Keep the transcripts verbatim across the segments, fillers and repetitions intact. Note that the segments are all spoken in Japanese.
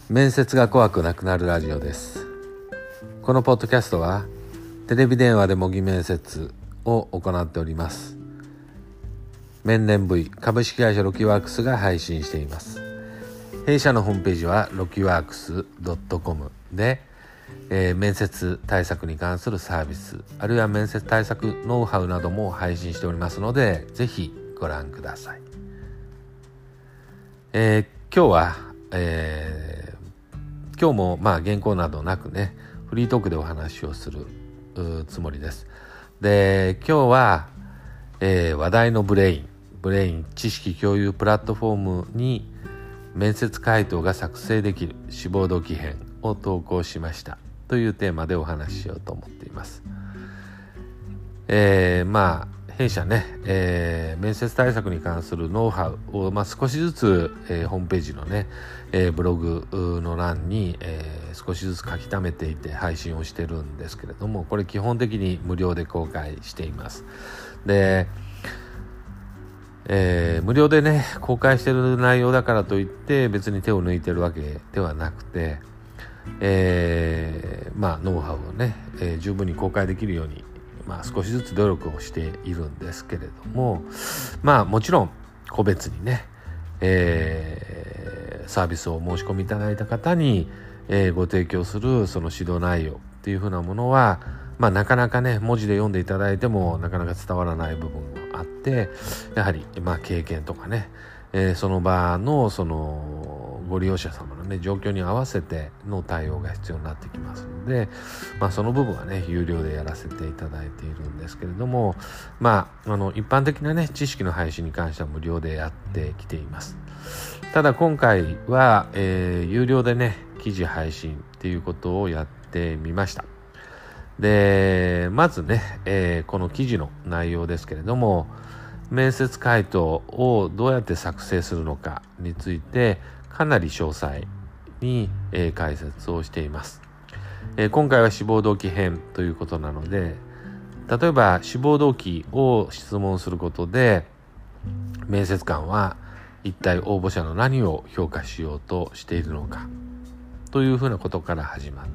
面接が怖くなくなるラジオです。このポッドキャストはテレビ電話で模擬面接を行っております。面連 V 株式会社ロキワークスが配信しています。弊社のホームページはロキワークスドットコムで、えー、面接対策に関するサービス、あるいは面接対策ノウハウなども配信しておりますので、ぜひご覧ください。えー、今日は、えー今日もまあ原稿などなくね、フリートークでお話をするつもりです。で、今日は、えー、話題のブレイン、ブレイン知識共有プラットフォームに面接回答が作成できる志望動機編を投稿しましたというテーマでお話ししようと思っています。えー、まあ弊社ね、えー、面接対策に関するノウハウを、まあ、少しずつ、えー、ホームページのね、えー、ブログの欄に、えー、少しずつ書き溜めていて配信をしてるんですけれども、これ基本的に無料で公開しています。で、えー、無料でね公開してる内容だからといって別に手を抜いてるわけではなくて、えー、まあノウハウをね、えー、十分に公開できるようにまあ、少しずつ努力をしているんですけれども、まあもちろん個別にね、えー、サービスを申し込みいただいた方に、えー、ご提供するその指導内容っていうふうなものは、まあなかなかね文字で読んでいただいてもなかなか伝わらない部分があって、やはりまあ経験とかね、えー、その場のそのご利用者様のね状況に合わせての対応が必要になってきますので、まあその部分はね有料でやらせていただいているんですけれども、まああの一般的なね知識の配信に関しては無料でやってきています。ただ今回は、えー、有料でね記事配信っていうことをやってみました。で、まずね、えー、この記事の内容ですけれども、面接回答をどうやって作成するのかについてかなり詳細に、えー、解説をしています。えー、今回は志望動機編ということなので、例えば志望動機を質問することで面接官は一体応募者の何を評価しようとしているのかというふうなことから始まって、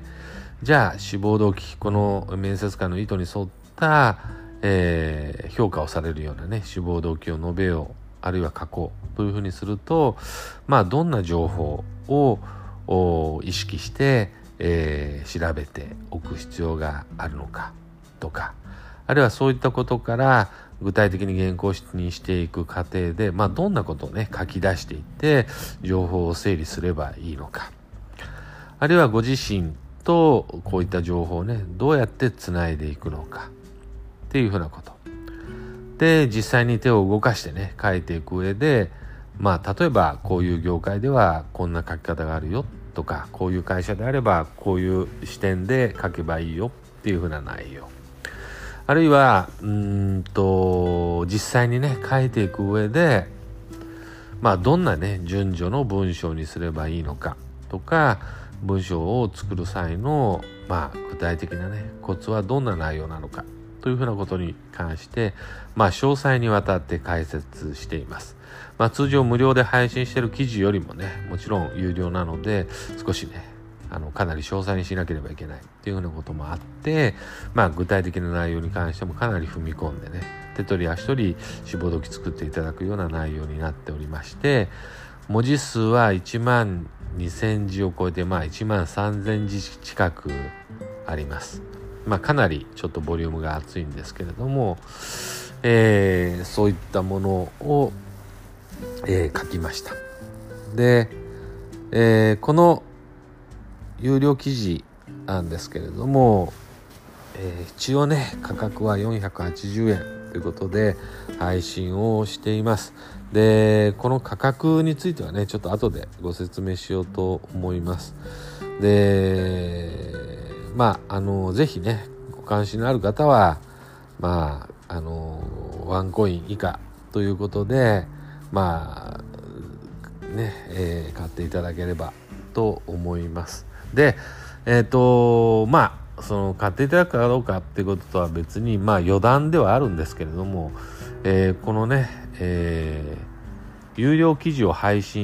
じゃあ志望動機、この面接官の意図に沿ったえー、評価をされるようなね志望動機を述べよう、あるいは書こうというふうにすると、まあどんな情報を意識して、えー、調べておく必要があるのかとか、あるいはそういったことから具体的に原稿にしていく過程で、まあどんなことをね書き出していって情報を整理すればいいのか、あるいはご自身とこういった情報をねどうやってつないでいくのかっていうふうなことで、実際に手を動かしてね書いていく上で、まあ例えばこういう業界ではこんな書き方があるよとか、こういう会社であればこういう視点で書けばいいよっていうふうな内容、あるいはうーんと実際にね書いていく上で、まあどんなね順序の文章にすればいいのかとか、文章を作る際のまあ具体的なねコツはどんな内容なのかというふうなことに関して、まあ詳細にわたって解説しています。まあ通常無料で配信している記事よりもね、もちろん有料なので少しね、あのかなり詳細にしなければいけないっていうふうなこともあって、まあ具体的な内容に関してもかなり踏み込んでね、手取り足取り志望動機作っていただくような内容になっておりまして、文字数はいちまんにせんじを超えて、まあいちまんさんぜんじ近くあります。まあ、かなりちょっとボリュームが厚いんですけれども、えー、そういったものを、えー、書きました。で、えー、この有料記事なんですけれども、えー、一応ね価格はよんひゃくはちじゅうえんということで配信をしています。で、この価格についてはねちょっと後でご説明しようと思います。で、まああのぜひねご関心のある方はまああのワンコイン以下ということでまあね、えー、買っていただければと思います。で、えっとまあその買っていただくかどうかっていうこととは別に、まあ余談ではあるんですけれども、えー、このね、えー、有料記事を配信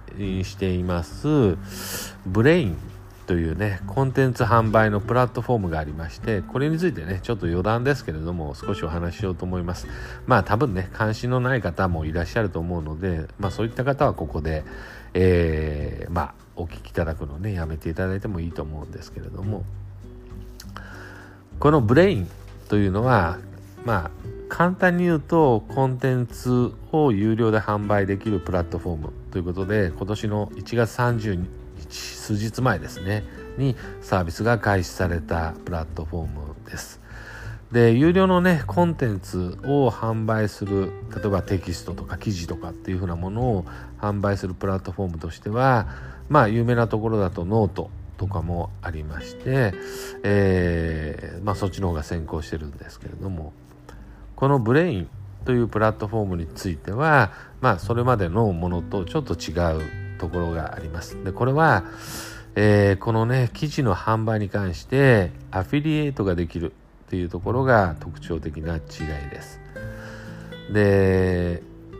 していますブレインというねコンテンツ販売のプラットフォームがありまして、これについてねちょっと余談ですけれども少しお話ししようと思います。まあ多分ね関心のない方もいらっしゃると思うので、まあそういった方はここで、えー、まあお聞きいただくのねやめていただいてもいいと思うんですけれども、このブレインというのはまあ簡単に言うとコンテンツを有料で販売できるプラットフォームということで、今年のいちがつさんじゅうにち数日前ですねにサービスが開始されたプラットフォームです。で有料のねコンテンツを販売する、例えばテキストとか記事とかっていう風なものを販売するプラットフォームとしては、まあ有名なところだとノートとかもありまして、えーまあ、そっちの方が先行してるんですけれども、このブレインというプラットフォームについては、まあ、それまでのものとちょっと違うところがあります。でこれは、えー、このね記事の販売に関してアフィリエイトができるっていうところが特徴的な違いです。で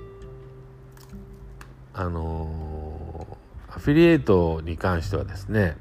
あのー、アフィリエイトに関してはですね、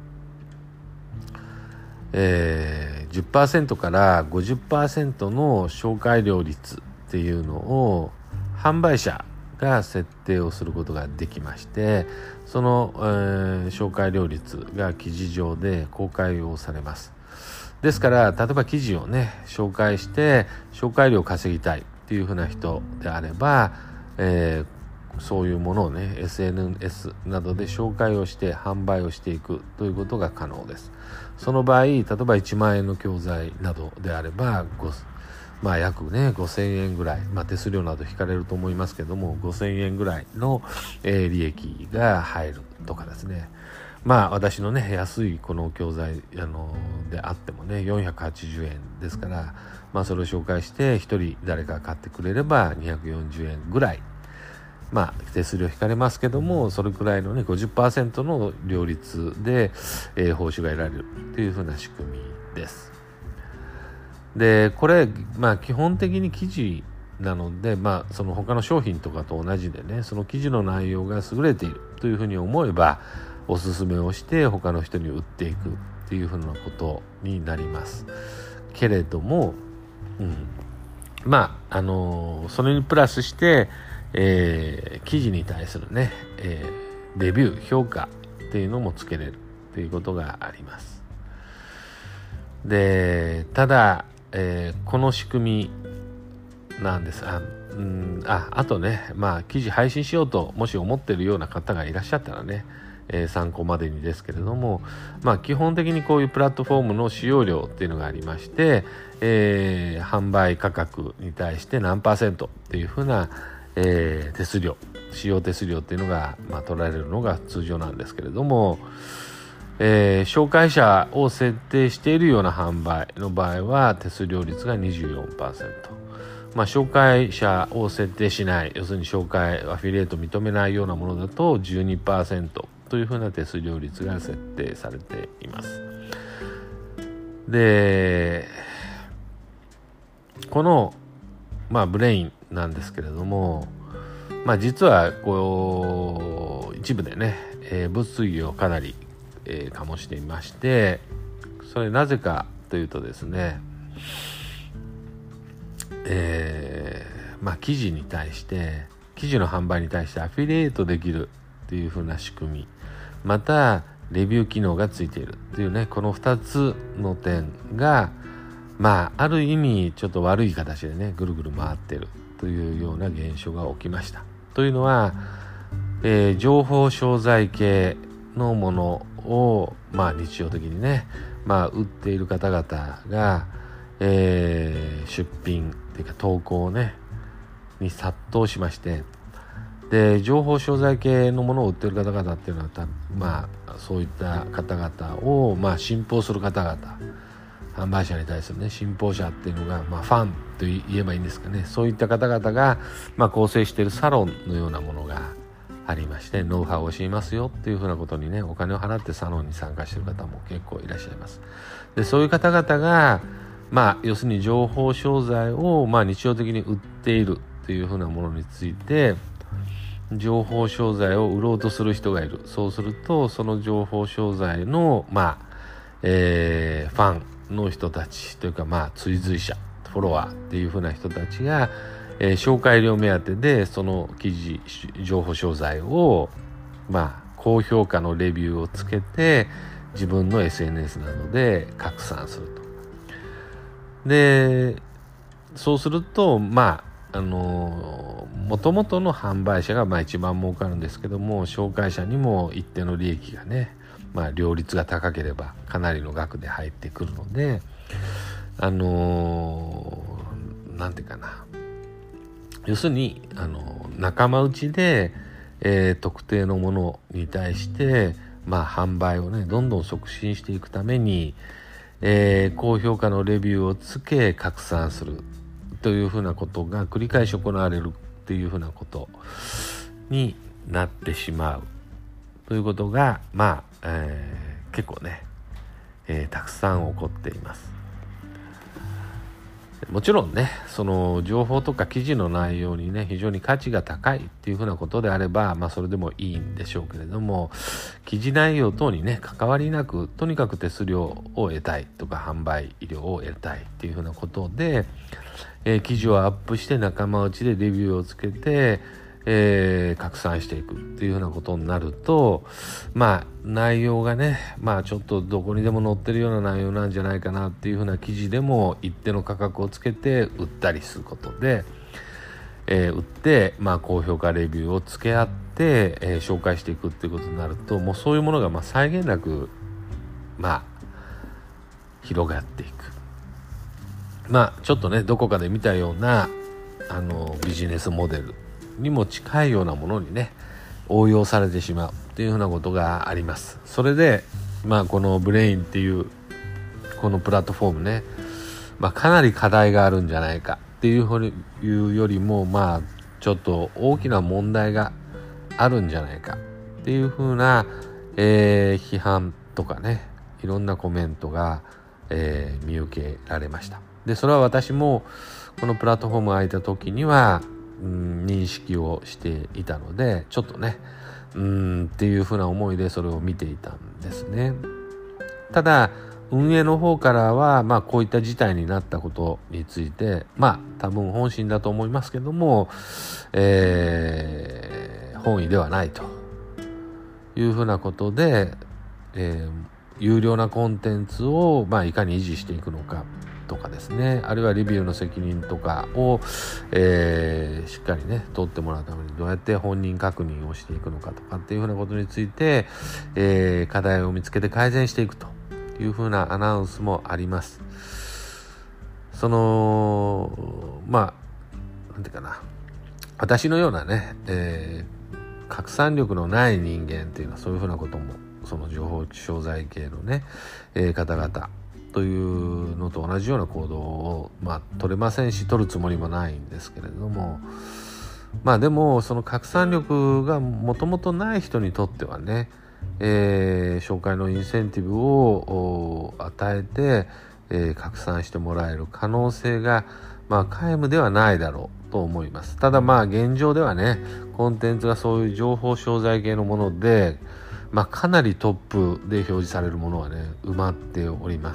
えー、じゅっパーセント から ごじゅっパーセント の紹介料率っていうのを販売者が設定をすることができまして、その、えー、紹介料率が記事上で公開をされます。ですから例えば記事をね紹介して紹介料を稼ぎたいっていうふうな人であれば、えー、そういうものをね エスエヌエス などで紹介をして販売をしていくということが可能です。その場合例えばいちまんえんの教材などであればまあ約ねごせんえんぐらい、まあ、手数料など引かれると思いますけどもごせんえんぐらいの、えー、利益が入るとかですね。まあ私のね安いこの教材あのであってもねよんひゃくはちじゅうえんですから、まあそれを紹介してひとり誰か買ってくれればにひゃくよんじゅうえんぐらい、まあ手数料引かれますけどもそれくらいのね ごじゅっパーセント の料率で、えー、報酬が得られるというふうな仕組みです。でこれまあ基本的に記事なので、まあその他の商品とかと同じでね、その記事の内容が優れているというふうに思えばおすすめをして他の人に売っていくっていうふうなことになりますけれども、うん、まああのー、それにプラスして、えー、記事に対するね、えー、レビュー評価っていうのもつけれるっていうことがあります。でただ、えー、この仕組みなんです。あうんああとね、まあ記事配信しようともし思っているような方がいらっしゃったらね、えー、参考までにですけれども、まあ基本的にこういうプラットフォームの使用料っていうのがありまして、えー、販売価格に対して何パーセントっていうふうな、えー、手数料使用手数料っていうのが、まあ、取られるのが通常なんですけれども、えー、紹介者を設定しているような販売の場合は手数料率が にじゅうよんパーセント、まあ、紹介者を設定しない、要するに紹介アフィリエイト認めないようなものだと じゅうにパーセント というふうな手数料率が設定されています。でこの、まあ、ブレインなんですけれども、まあ、実はこう一部でね、えー、物議をかなりえー、醸していまして、それなぜかというとですね、えー、まあ記事に対して記事の販売に対してアフィリエイトできるっていう風な仕組み、またレビュー機能がついているっていうね、このふたつの点がまあある意味ちょっと悪い形でねぐるぐる回っているというような現象が起きました。というのは、えー、情報商材系のものを、まあ、日常的にね、まあ、売っている方々が、えー、出品というか投稿をねに殺到しまして、で情報商材系のものを売っている方々っていうのはまあそういった方々を、まあ、信奉する方々、販売者に対するね信奉者っていうのが、まあ、ファンと言えばいいんですかね、そういった方々が、まあ、構成しているサロンのようなものがありまして、ノウハウを教えますよっていうふうなことにねお金を払ってサロンに参加している方も結構いらっしゃいます。でそういう方々が、まあ、要するに情報商材を、まあ、日常的に売っているというふうなものについて、 情報商材を売ろうとする人がいる。そうするとその情報商材のまあ、えー、ファンの人たちというかまあ追随者フォロワーっていう風な人たちが、えー、紹介料目当てでその記事情報商材をまあ高評価のレビューをつけて自分の エスエヌエス などで拡散すると。でそうするとまああの元々の販売者がまあ一番儲かるんですけども、紹介者にも一定の利益がね、まあ両率が高ければかなりの額で入ってくるので、あのなんていうかな、要するにあの仲間内で、えー、特定のものに対してまあ販売をねどんどん促進していくために、えー、高評価のレビューをつけ拡散するというふうなことが繰り返し行われるっていうふうなことになってしまうということがまあ、えー、結構ね、えー、たくさん起こっています。もちろんねその情報とか記事の内容にね非常に価値が高いっていうふうなことであればまあそれでもいいんでしょうけれども、記事内容等にね関わりなくとにかく手数料を得たいとか販売料を得たいっていうふうなことで、えー、記事をアップして仲間内でレビューをつけて、えー、拡散していくっていうふうなことになるとまあ内容がねまあちょっとどこにでも載ってるような内容なんじゃないかなっていうふうな記事でも一定の価格をつけて売ったりすることで、えー、売ってまあ高評価レビューをつけ合って、えー、紹介していくっていうことになるともうそういうものがまあ際限なくまあ広がっていく。まあちょっとねどこかで見たようなあのビジネスモデルにも近いようなものにね応用されてしまうっていうふうなことがあります。それでまあこのブレインっていうこのプラットフォームね、まあ、かなり課題があるんじゃないかっていうふうに言うよりもまあちょっと大きな問題があるんじゃないかっていうふうな、えー、批判とかねいろんなコメントが、えー、見受けられました。でそれは私もこのプラットフォームが開いた時にはうん、認識をしていたのでちょっとねうーんっていうふうな思いでそれを見ていたんですね。ただ運営の方からはまあこういった事態になったことについてまあ多分本心だと思いますけども、えー、本意ではないというふうなことで、えー、有料なコンテンツをまあいかに維持していくのかとかですね、あるいはレビューの責任とかを、えー、しっかりね取ってもらうためにどうやって本人確認をしていくのかとかっていうふうなことについて、えー、課題を見つけて改善していくというふうなアナウンスもあります。そのまあなんていうかな、私のようなね、えー、拡散力のない人間っていうのはそういうふうなこともその情報商材系のね、えー、方々というのと同じような行動を、まあ、取れませんし取るつもりもないんですけれども、まあでもその拡散力がもともとない人にとってはね、えー、紹介のインセンティブを与えて、えー、拡散してもらえる可能性が、まあ、皆無ではないだろうと思います。ただまあ現状ではねコンテンツがそういう情報商材系のものでまあ、かなりトップで表示されるものはね埋まっております。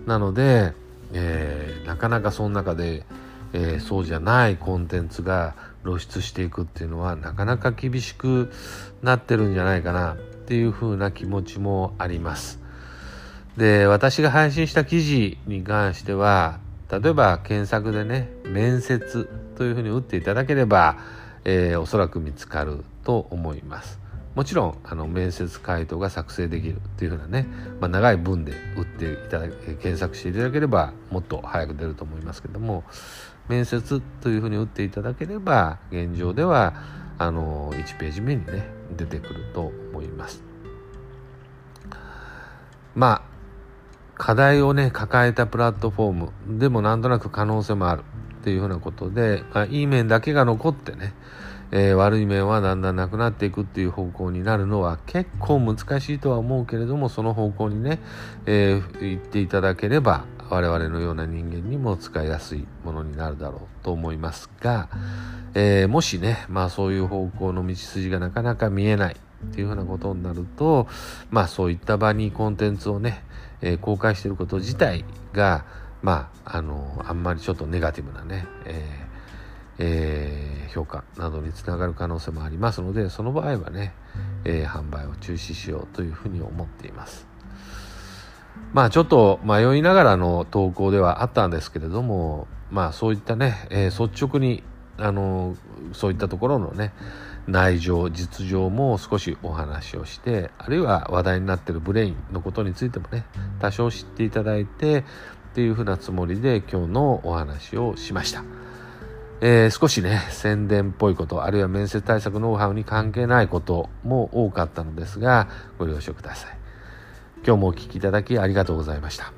なので、えー、なかなかその中で、えー、そうじゃないコンテンツが露出していくっていうのはなかなか厳しくなってるんじゃないかなっていうふうな気持ちもあります。で私が配信した記事に関しては例えば検索でね面接というふうに打っていただければ、えー、おそらく見つかると思います。もちろんあの面接回答が作成できるっていう風なね、まあ、長い文で打っていただけ検索していただければもっと早く出ると思いますけども、面接という風に打っていただければ現状ではあのいちページ目にね出てくると思います。まあ課題をね抱えたプラットフォームでもなんとなく可能性もあるっていう風なことで、まあ、いい面だけが残ってねえー、悪い面はだんだんなくなっていくっていう方向になるのは結構難しいとは思うけれども、その方向にね、えー、言っていただければ我々のような人間にも使いやすいものになるだろうと思いますが、えー、もしね、まあそういう方向の道筋がなかなか見えないっていうふうなことになると、まあそういった場にコンテンツをね、えー、公開していること自体が、まあ、あの、あんまりちょっとネガティブなね、えーえー、評価などにつながる可能性もありますので、その場合はね、えー、販売を中止しようというふうに思っています。まあちょっと迷いながらの投稿ではあったんですけれども、まあそういったね、えー、率直にあのそういったところのね内情実情も少しお話をして、あるいは話題になっているブレインのことについてもね多少知っていただいてっていうふうなつもりで今日のお話をしました。えー、少しね宣伝っぽいこと、あるいは面接対策ノウハウに関係ないことも多かったのですがご了承ください。今日もお聞きいただきありがとうございました。